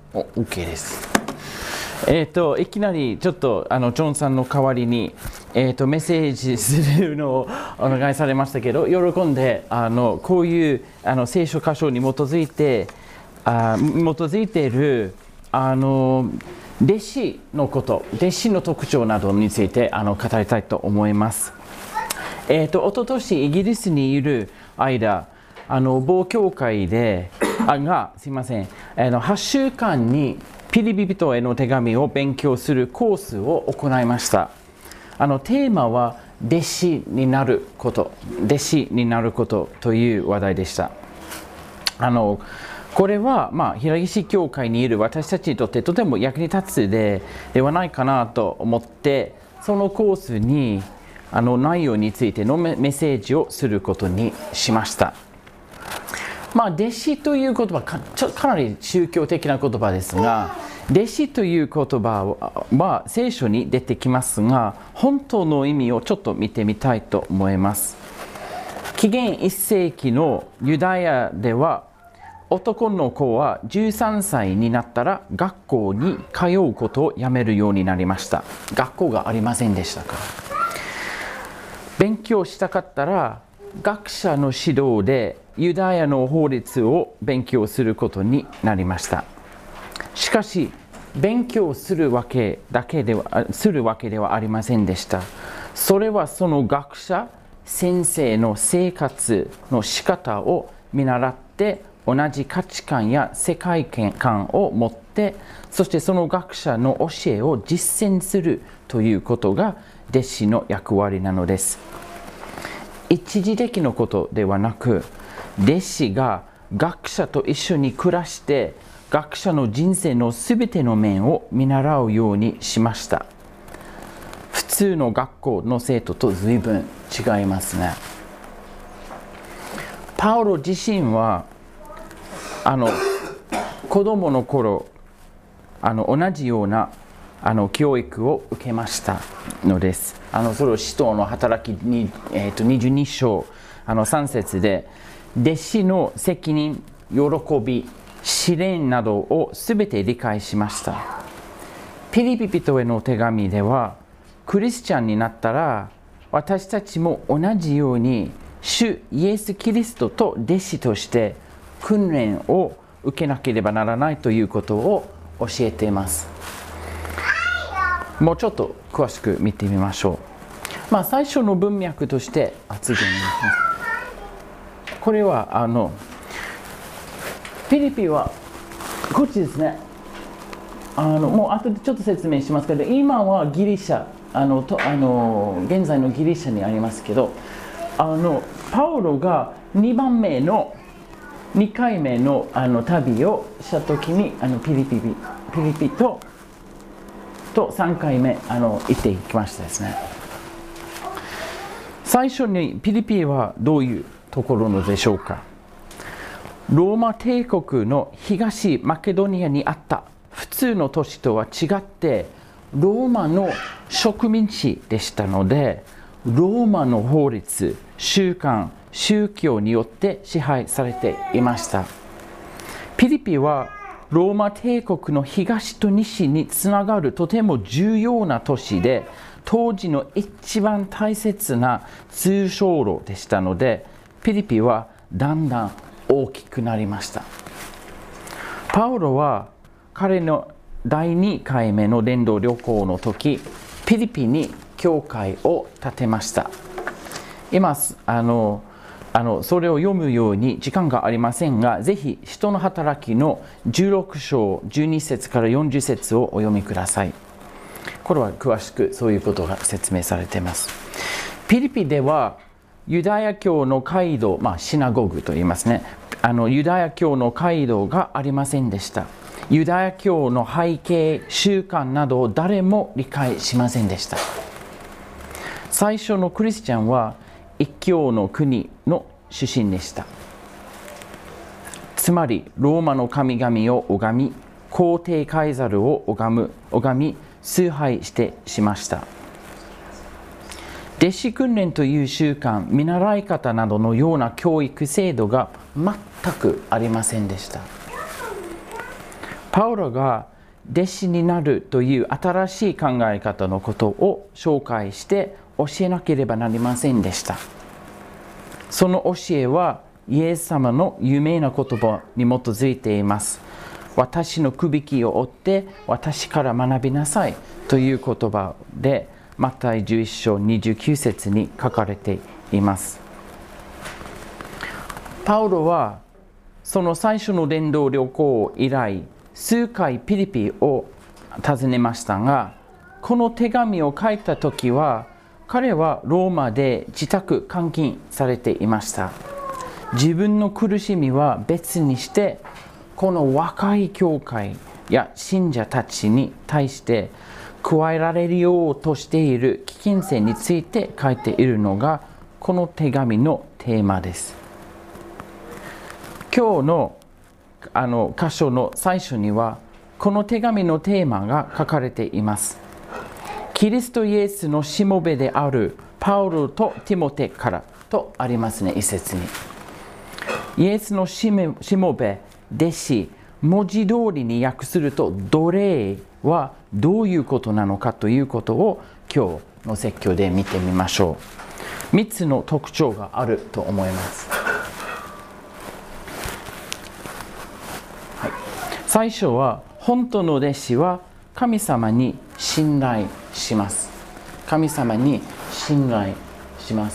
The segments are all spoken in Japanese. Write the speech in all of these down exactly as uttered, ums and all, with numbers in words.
お OK です。えっといきなりちょっとあのジョンさんの代わりに、えー、とメッセージするのをお願いされましたけど、喜んであのこういうあの聖書箇所に基づいてあ基づいているあの弟子のこと、弟子の特徴などについてあの語りたいと思います。えー、と一昨年イギリスにいる間、あの某教会であがすいませんあのはっしゅうかんにピリピ人への手紙を勉強するコースを行いました。あのテーマは弟子になること、弟子になることという話題でした。あのこれは、まあ、平岸教会にいる私たちにとってとても役に立つでではないかなと思って、そのコースにあの内容についてのメッセージをすることにしました。まあ、弟子という言葉は か, ちょかなり宗教的な言葉ですが、弟子という言葉は聖書に出てきますが、本当の意味をちょっと見てみたいと思います。紀元いっ世紀のユダヤでは、男の子はじゅうさんさいになったら学校に通うことをやめるようになりました。学校がありませんでしたから。勉強したかったら学者の指導でユダヤの法律を勉強することになりました。しかし勉強するわけだけではするわけではありませんでした。それはその学者先生の生活の仕方を見習って、同じ価値観や世界観を持って、そしてその学者の教えを実践するということが弟子の役割なのです。一時的なことではなく、弟子が学者と一緒に暮らして学者の人生のすべての面を見習うようにしました。普通の学校の生徒と随分違いますね。パウロ自身はあの子供の頃あの同じようなあの教育を受けましたのです。あのそれを使徒の働きに、えー、とにじゅうに章あのさん節で、弟子の責任、喜び、試練などをすべて理解しました。ピリピ人への手紙では、クリスチャンになったら私たちも同じように主イエス・キリストと弟子として訓練を受けなければならないということを教えています。もうちょっと詳しく見てみましょう。まあ、最初の文脈として次にこれはあのピリピはこっちですね。あのもう後でちょっと説明しますけど、今はギリシャあのとあの現在のギリシャにありますけど、あのパウロがにばんめのにかいめ の, あの旅をしたときに、あのピリピピピリピととさんかいめあの行っていきましたですね。最初にピリピはどういうところのでしょうか。ローマ帝国の東マケドニアにあった普通の都市とは違って、ローマの植民地でしたので、ローマの法律、習慣、宗教によって支配されていました。ピリピはローマ帝国の東と西につながるとても重要な都市で、当時の一番大切な通商路でしたので、ピリピはだんだん大きくなりました。パウロは彼のだいにかいめの伝道旅行の時、ピリピに教会を建てました。今あのあのそれを読むように時間がありませんが、ぜひ使徒の働きのじゅうろく章じゅうに節からよんじゅう節をお読みください。これは詳しくそういうことが説明されています。ピリピではユダヤ教の街道、まあ、シナゴグと言いますね。あのユダヤ教の街道がありませんでした。ユダヤ教の背景、習慣などを誰も理解しませんでした。最初のクリスチャンは一教の国の出身でした。つまりローマの神々を拝み、皇帝カイザルを拝む拝み崇拝してしました。弟子訓練という習慣、見習い方などのような教育制度が全くありませんでした。 パウロが弟子になるという新しい考え方のことを紹介して教えなければなりませんでした。その教えはイエス様の有名な言葉に基づいています。私のくびきを追って私から学びなさいという言葉でマタイじゅういっ章にじゅうきゅう節に書かれています。パウロはその最初の伝道旅行以来数回ピリピを訪ねましたが、この手紙を書いた時は彼はローマで自宅監禁されていました。自分の苦しみは別にしてこの若い教会や信者たちに対して加えられるようとしている危険性について書いているのがこの手紙のテーマです。今日のあの箇所の最初にはこの手紙のテーマが書かれています。キリストイエスのしもべであるパウロとティモテからとありますね、一節に。イエスのしもべ、弟子、文字通りに訳すると奴隷はどういうことなのかということを今日の説教で見てみましょう。みっつの特徴があると思います。はい、最初は本当の弟子は神様に信頼します。神様に信頼します。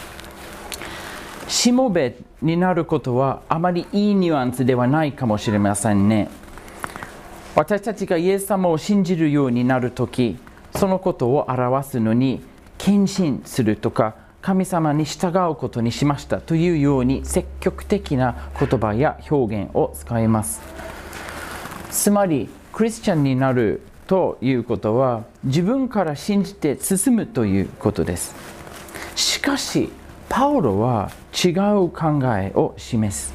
しもべになることはあまりいいニュアンスではないかもしれませんね。私たちがイエス様を信じるようになるとき、そのことを表すのに献身するとか神様に従うことにしましたというように積極的な言葉や表現を使います。つまりクリスチャンになるということは自分から信じて進むということです。しかしパウロは違う考えを示す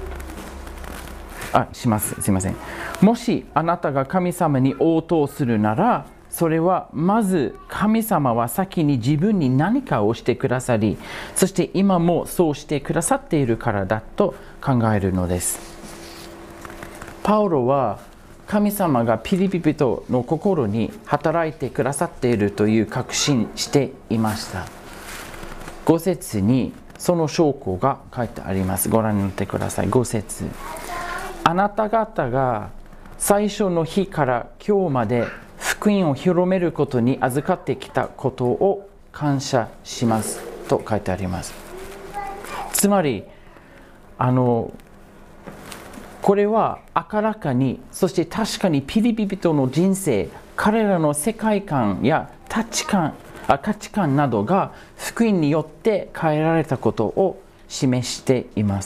あしますすいません。もしあなたが神様に応答するなら、それはまず神様は先に自分に何かをしてくださり、そして今もそうしてくださっているからだと考えるのです。パウロは神様がピリピ人の心に働いてくださっているという確信していました。ご節にその証拠が書いてあります。ご覧になってください。ご節。あなた方が最初の日から今日まで福音を広めることに預かってきたことを感謝しますと書いてあります。つまりあのこれは明らかに、そして確かにピリピ人の人生、彼らの世界観や価値観、価値観などが福音によって変えられたことを示しています。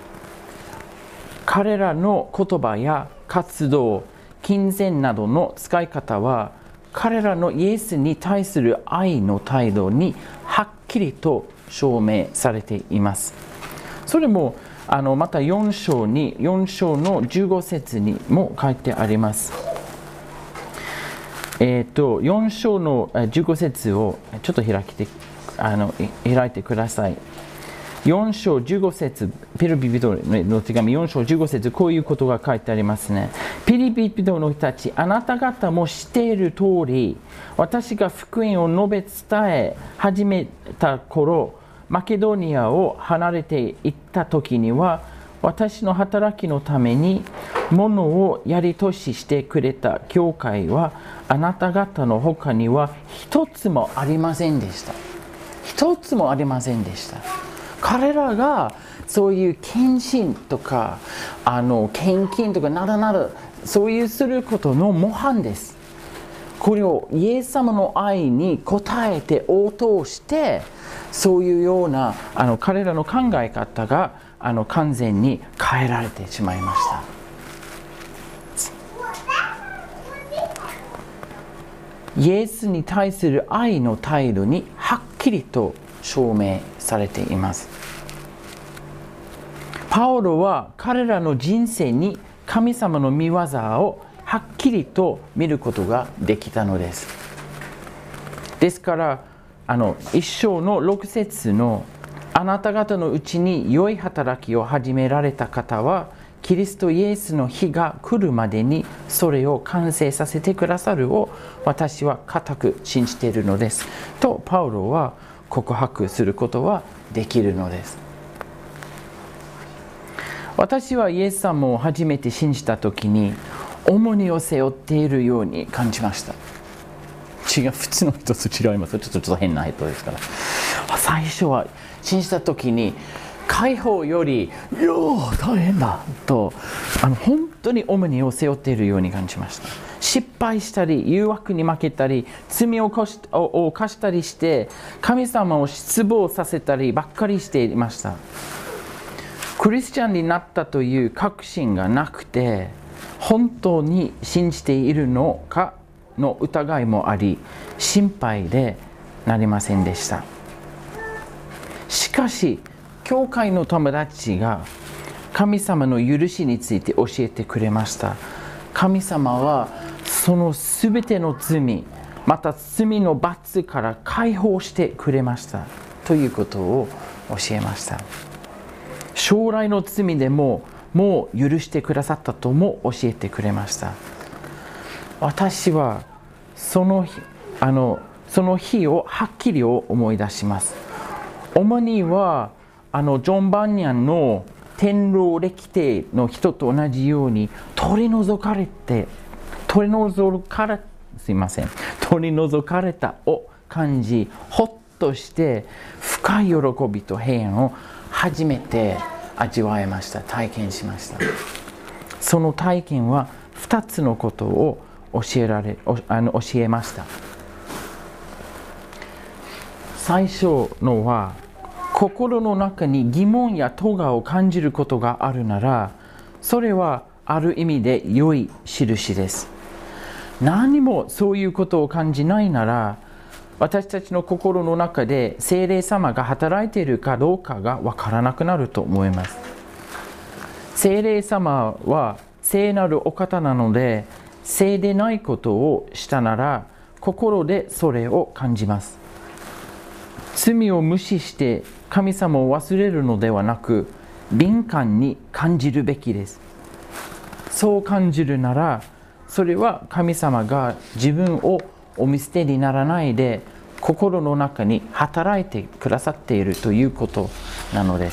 彼らの言葉や活動、金銭などの使い方は彼らのイエスに対する愛の態度にはっきりと証明されています。それもあのまたよん章によん章のじゅうご節にも書いてあります。えー、とよん章のじゅうご節をちょっと開いてあの開いてください。よん章じゅうご節、ピリピ人の手紙よん章じゅうご節、こういうことが書いてありますね。ピリピ人の人たち、あなた方も知っている通り、私が福音を述べ伝え始めた頃、マケドニアを離れていった時には、私の働きのために物をやりとししてくれた教会はあなた方の他には一つもありませんでした。一つもありませんでした。彼らがそういう献身とかあの献金とかなどなどそういうすることの模範です。これをイエス様の愛に応えて応答してそういうようなあの彼らの考え方があの完全に変えられてしまいました。イエスに対する愛の態度にはっきりと証明されています。パウロは彼らの人生に神様の御業をはっきりと見ることができたのです。ですからあの一章のろく節のあなた方のうちに良い働きを始められた方はキリストイエスの日が来るまでにそれを完成させてくださるを私は固く信じているのですとパウロは告白することはできるのです。私はイエス様を初めて信じたときに重荷を背負っているように感じました。違う、普通の人と違います。ちょっとちょっと変な人ですから。最初は信じたときに解放より「いやー大変だ」とあの本当に重荷を背負っているように感じました。失敗したり誘惑に負けたり罪を犯し、を犯したりして神様を失望させたりばっかりしていました。クリスチャンになったという確信がなくて本当に信じているのかの疑いもあり心配でなりませんでした。しかし教会の友達が神様の許しについて教えてくれました。神様はそのすべての罪また罪の罰から解放してくれましたということを教えました。将来の罪でももう許してくださったとも教えてくれました。私はその日、あのその日をはっきり思い出します。主にはあのジョン・バンニャンの天狼歴帝の人と同じように取り除かれて取り除かれすいません取り除かれたを感じほっとして深い喜びと平安を初めて味わいました。体験しました。その体験はふたつのことを教えられあの教えました。最初のは心の中に疑問や咎を感じることがあるならそれはある意味で良い印です。何もそういうことを感じないなら私たちの心の中で聖霊様が働いているかどうかがわからなくなると思います。聖霊様は聖なるお方なので聖でないことをしたなら心でそれを感じます。罪を無視して神様を忘れるのではなく敏感に感じるべきです。そう感じるならそれは神様が自分をお見捨てにならないで心の中に働いてくださっているということなのです。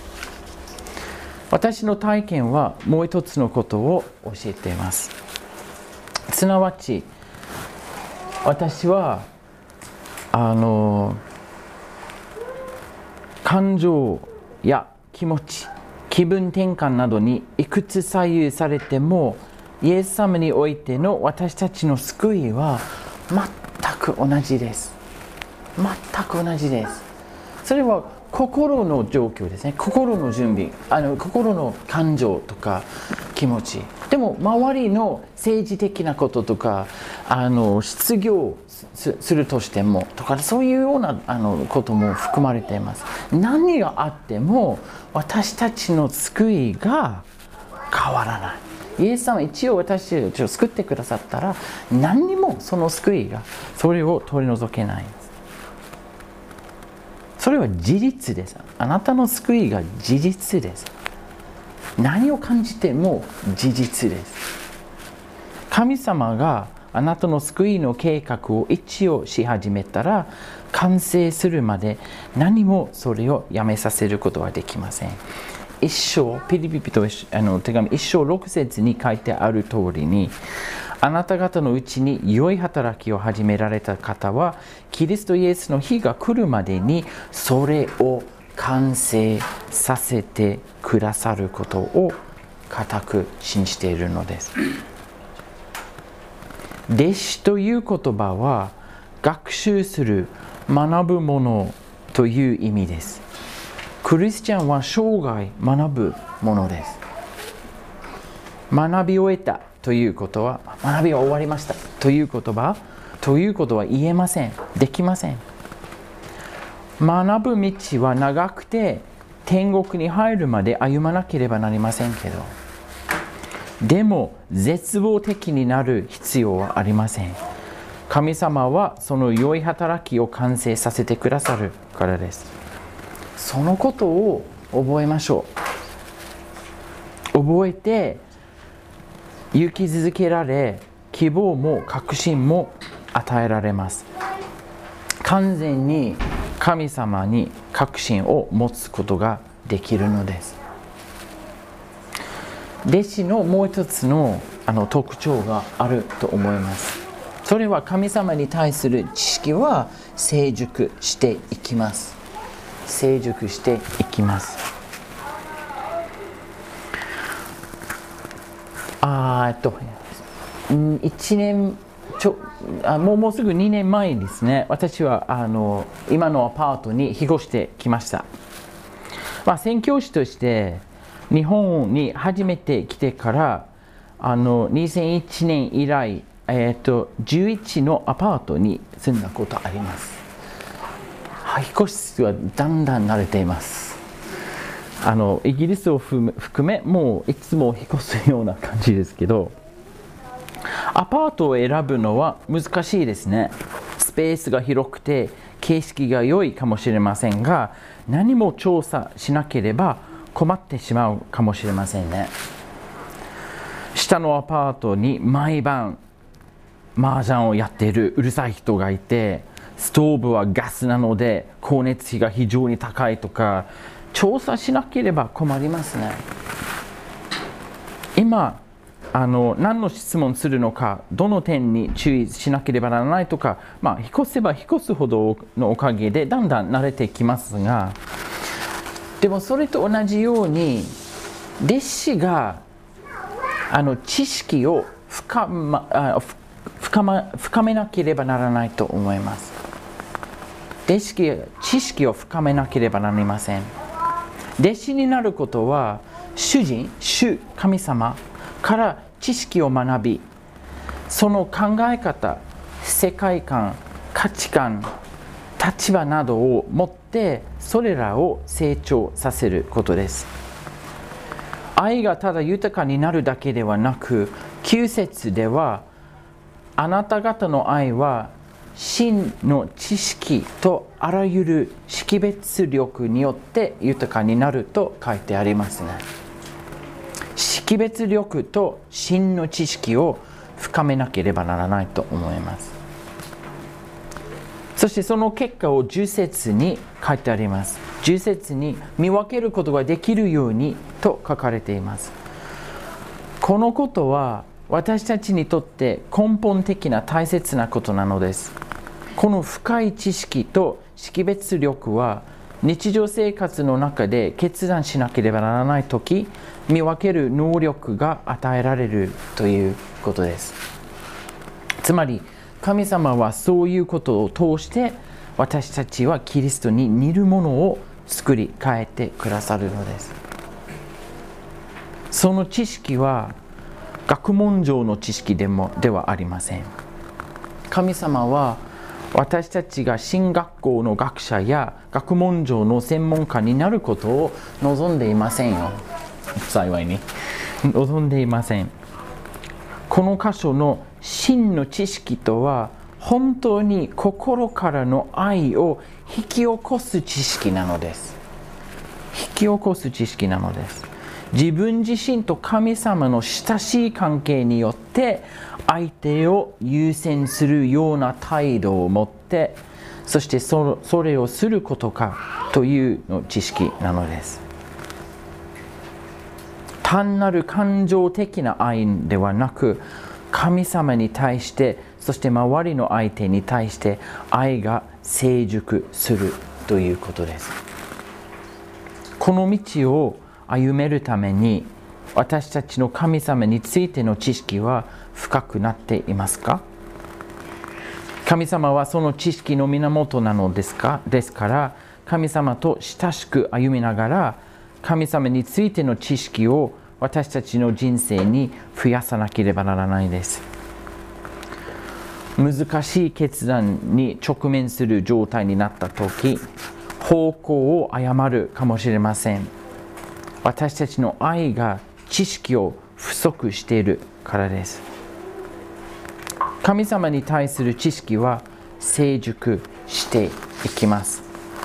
私の体験はもう一つのことを教えています。すなわち私はあの感情や気持ち気分転換などにいくつ左右されてもイエス様においての私たちの救いは全く同じです。全く同じです。それは心の状況ですね。心の準備、あの心の感情とか気持ち。でも周りの政治的なこととか、あの失業するとしてもとかそういうようなあのことも含まれています。何があっても私たちの救いが変わらない。イエス様は一応私たちを救ってくださったら何にもその救いがそれを取り除けない。それは事実です。あなたの救いが事実です。何を感じても事実です。神様があなたの救いの計画を一応し始めたら完成するまで何もそれをやめさせることはできません。一章、ピリピピとあの手紙一章六節に書いてある通りに、あなた方のうちに良い働きを始められた方はキリストイエスの日が来るまでにそれを完成させてくださることを固く信じているのです。弟子という言葉は学習する、学ぶものという意味です。クリスチャンは生涯学ぶものです。学び終えたということは、学びは終わりましたという言葉ということは言えません。できません。学ぶ道は長くて天国に入るまで歩まなければなりませんけど、でも絶望的になる必要はありません。神様はその良い働きを完成させてくださるからです。そのことを覚えましょう。 覚えて勇気づけられ、希望も確信も与えられます。完全に神様に確信を持つことができるのです。弟子のもう一つの、あの特徴があると思います。それは神様に対する知識は成熟していきます。成熟していきます。あーえっといちねんちょあもうもうすぐにねんまえですね、私はあの今のアパートに引っ越してきました。まあ、宣教師として日本に初めて来てからあのにせんいちねん以来、えー、とじゅういちのアパートに住んだことあります。引っ越しはだんだん慣れています。あのイギリスを含めもういつも引っ越すような感じですけど、アパートを選ぶのは難しいですね。スペースが広くて景色が良いかもしれませんが、何も調査しなければ困ってしまうかもしれませんね。下のアパートに毎晩麻雀をやっているうるさい人がいて、ストーブはガスなので光熱費が非常に高いとか、調査しなければ困りますね。今あの何の質問するのか、どの点に注意しなければならないとか、まあ、引っ越せば引っ越すほどのおかげでだんだん慣れてきますが、でもそれと同じように弟子があの知識を深ま、あ深ま、深めなければならないと思います。弟子知識を深めなければなりません。弟子になることは主人、主神様から知識を学び、その考え方、世界観、価値観、立場などを持ってそれらを成長させることです。愛がただ豊かになるだけではなく、きゅう節ではあなた方の愛は真の知識とあらゆる識別力によって豊かになると書いてありますね。識別力と真の知識を深めなければならないと思います。そしてその結果をじゅう節に書いてあります。じゅう節に見分けることができるようにと書かれています。このことは私たちにとって根本的な大切なことなのです。この深い知識と識別力は日常生活の中で決断しなければならないとき、見分ける能力が与えられるということです。つまり神様はそういうことを通して私たちはキリストに似るものを作り変えてくださるのです。その知識は学問上の知識でもではありません。神様は私たちが進学校の学者や学問上の専門家になることを望んでいませんよ。幸いに望んでいません。この箇所の真の知識とは本当に心からの愛を引き起こす知識なのです。引き起こす知識なのです。自分自身と神様の親しい関係によって相手を優先するような態度を持って、そしてそれをすることかというの知識なのです。単なる感情的な愛ではなく、神様に対して、そして周りの相手に対して愛が成熟するということです。この道を歩めるために私たちの神様についての知識は深くなっていますか？神様はその知識の源なのですか？ですから神様と親しく歩みながら神様についての知識を私たちの人生に増やさなければならないです。難しい決断に直面する状態になったとき、方向を誤るかもしれません。私たちの愛が知識を不足しているからです。神様に対する知識は成熟していきます。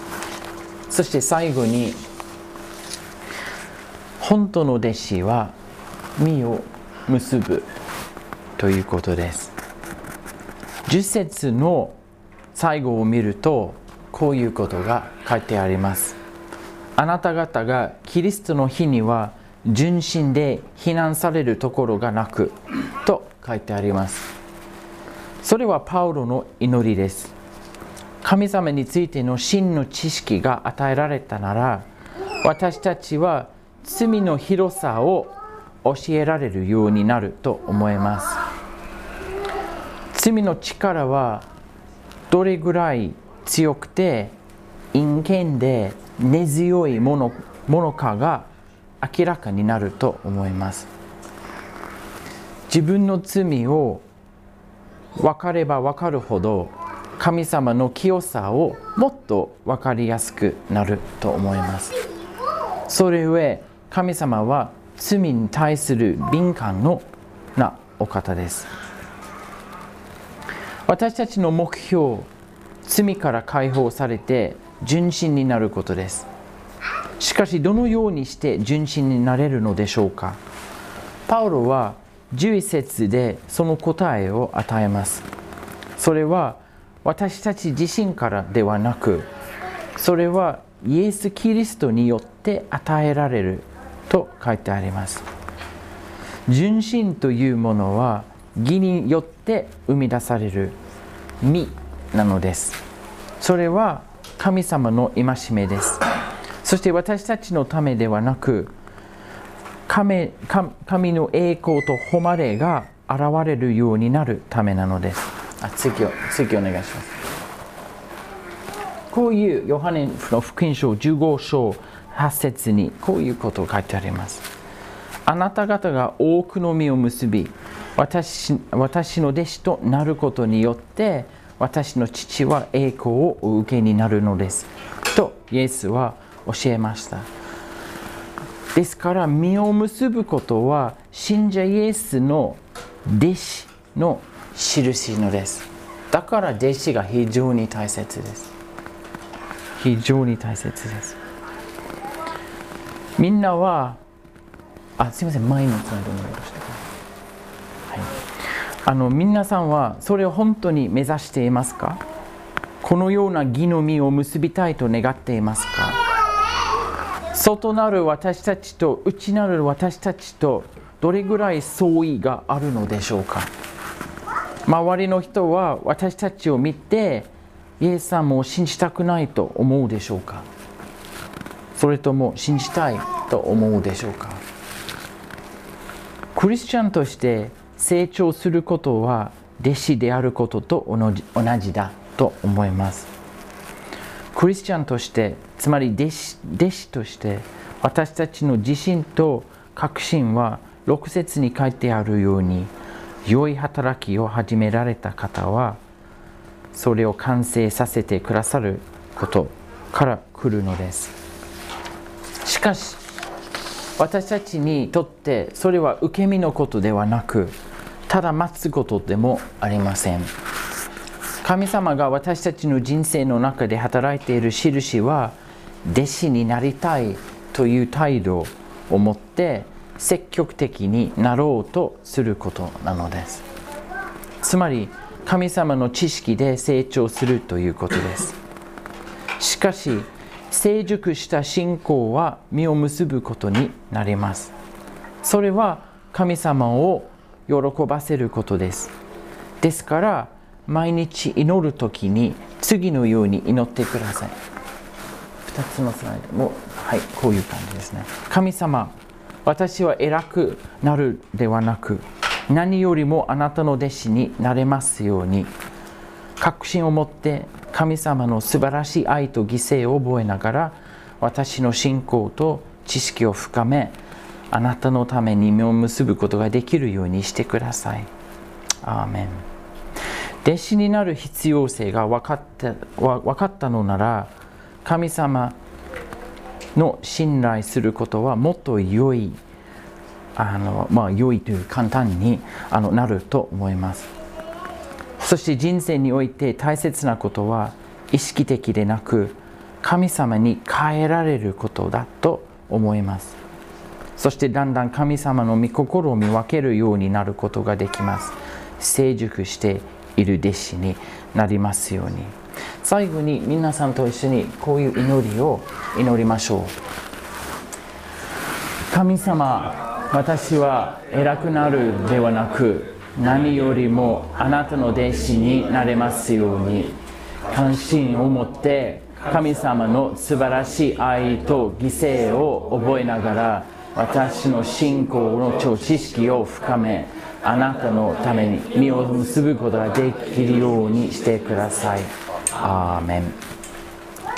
そして最後に、本当の弟子は実を結ぶということです。じゅっ節の最後を見るとこういうことが書いてあります。あなた方がキリストの日には純真で非難されるところがなくと書いてあります。それはパウロの祈りです。神様についての真の知識が与えられたなら、私たちは罪の広さを教えられるようになると思います。罪の力はどれぐらい強くて陰険で根強いもの、ものかが明らかになると思います。自分の罪を分かれば分かるほど神様の清さをもっと分かりやすくなると思います。それゆえ神様は罪に対する敏感のなお方です。私たちの目標、罪から解放されて純真になることです。しかしどのようにして純真になれるのでしょうか。パウロはじゅういち節でその答えを与えます。それは私たち自身からではなく、それはイエス・キリストによって与えられると書いてあります。純真というものは義によって生み出される義なのです。それは神様の戒めです。そして私たちのためではなく、神, 神の栄光と誉れが現れるようになるためなのです。あ、次を、次お願いします。こういうヨハネの福音書じゅうご章はち節にこういうことが書いてあります。あなた方が多くの実を結び、私、私の弟子となることによって、私の父は栄光をお受けになるのです。と、イエスは教えました。ですから、実を結ぶことは、信者イエスの弟子の印のです。だから、弟子が非常に大切です。非常に大切です。みんなは、あ、すみません、前につないでもらいました。はい。あの、皆さんはそれを本当に目指していますか？このような義の実を結びたいと願っていますか？外なる私たちと内なる私たちとどれぐらい相違があるのでしょうか？周りの人は私たちを見てイエス様を信じたくないと思うでしょうか？それとも信じたいと思うでしょうか？クリスチャンとして成長することは弟子であることと同じ、同じだと思います。クリスチャンとして、つまり弟子、弟子として私たちの自信と確信はろく節に書いてあるように、良い働きを始められた方はそれを完成させてくださることから来るのです。しかし私たちにとってそれは受け身のことではなく、ただ待つことでもありません。神様が私たちの人生の中で働いている印は、弟子になりたいという態度を持って積極的になろうとすることなのです。つまり神様の知識で成長するということです。しかし成熟した信仰は実を結ぶことになります。それは神様を喜ばせることです。ですから毎日祈るときに次のように祈ってください。ふたつのスライドも、はい、こういう感じですね。神様、私は偉くなるではなく、何よりもあなたの弟子になれますように、確信を持って神様の素晴らしい愛と犠牲を覚えながら、私の信仰と知識を深め、あなたのために実を結ぶことができるようにしてください。アーメン。弟子になる必要性が分かった、分かったのなら、神様の信頼することはもっと良い、あの、まあ、良いという簡単にあのなると思います。そして人生において大切なことは意識的でなく、神様に変えられることだと思います。 そしてだんだん神様の御心を見分けるようになることができます。成熟している弟子になりますように。最後に皆さんと一緒にこういう祈りを祈りましょう。神様、私は偉くなるではなく、何よりもあなたの弟子になれますように、関心を持って神様の素晴らしい愛と犠牲を覚えながら、私の信仰の知識を深め、あなたのために実を結ぶことができるようにしてください。アーメン。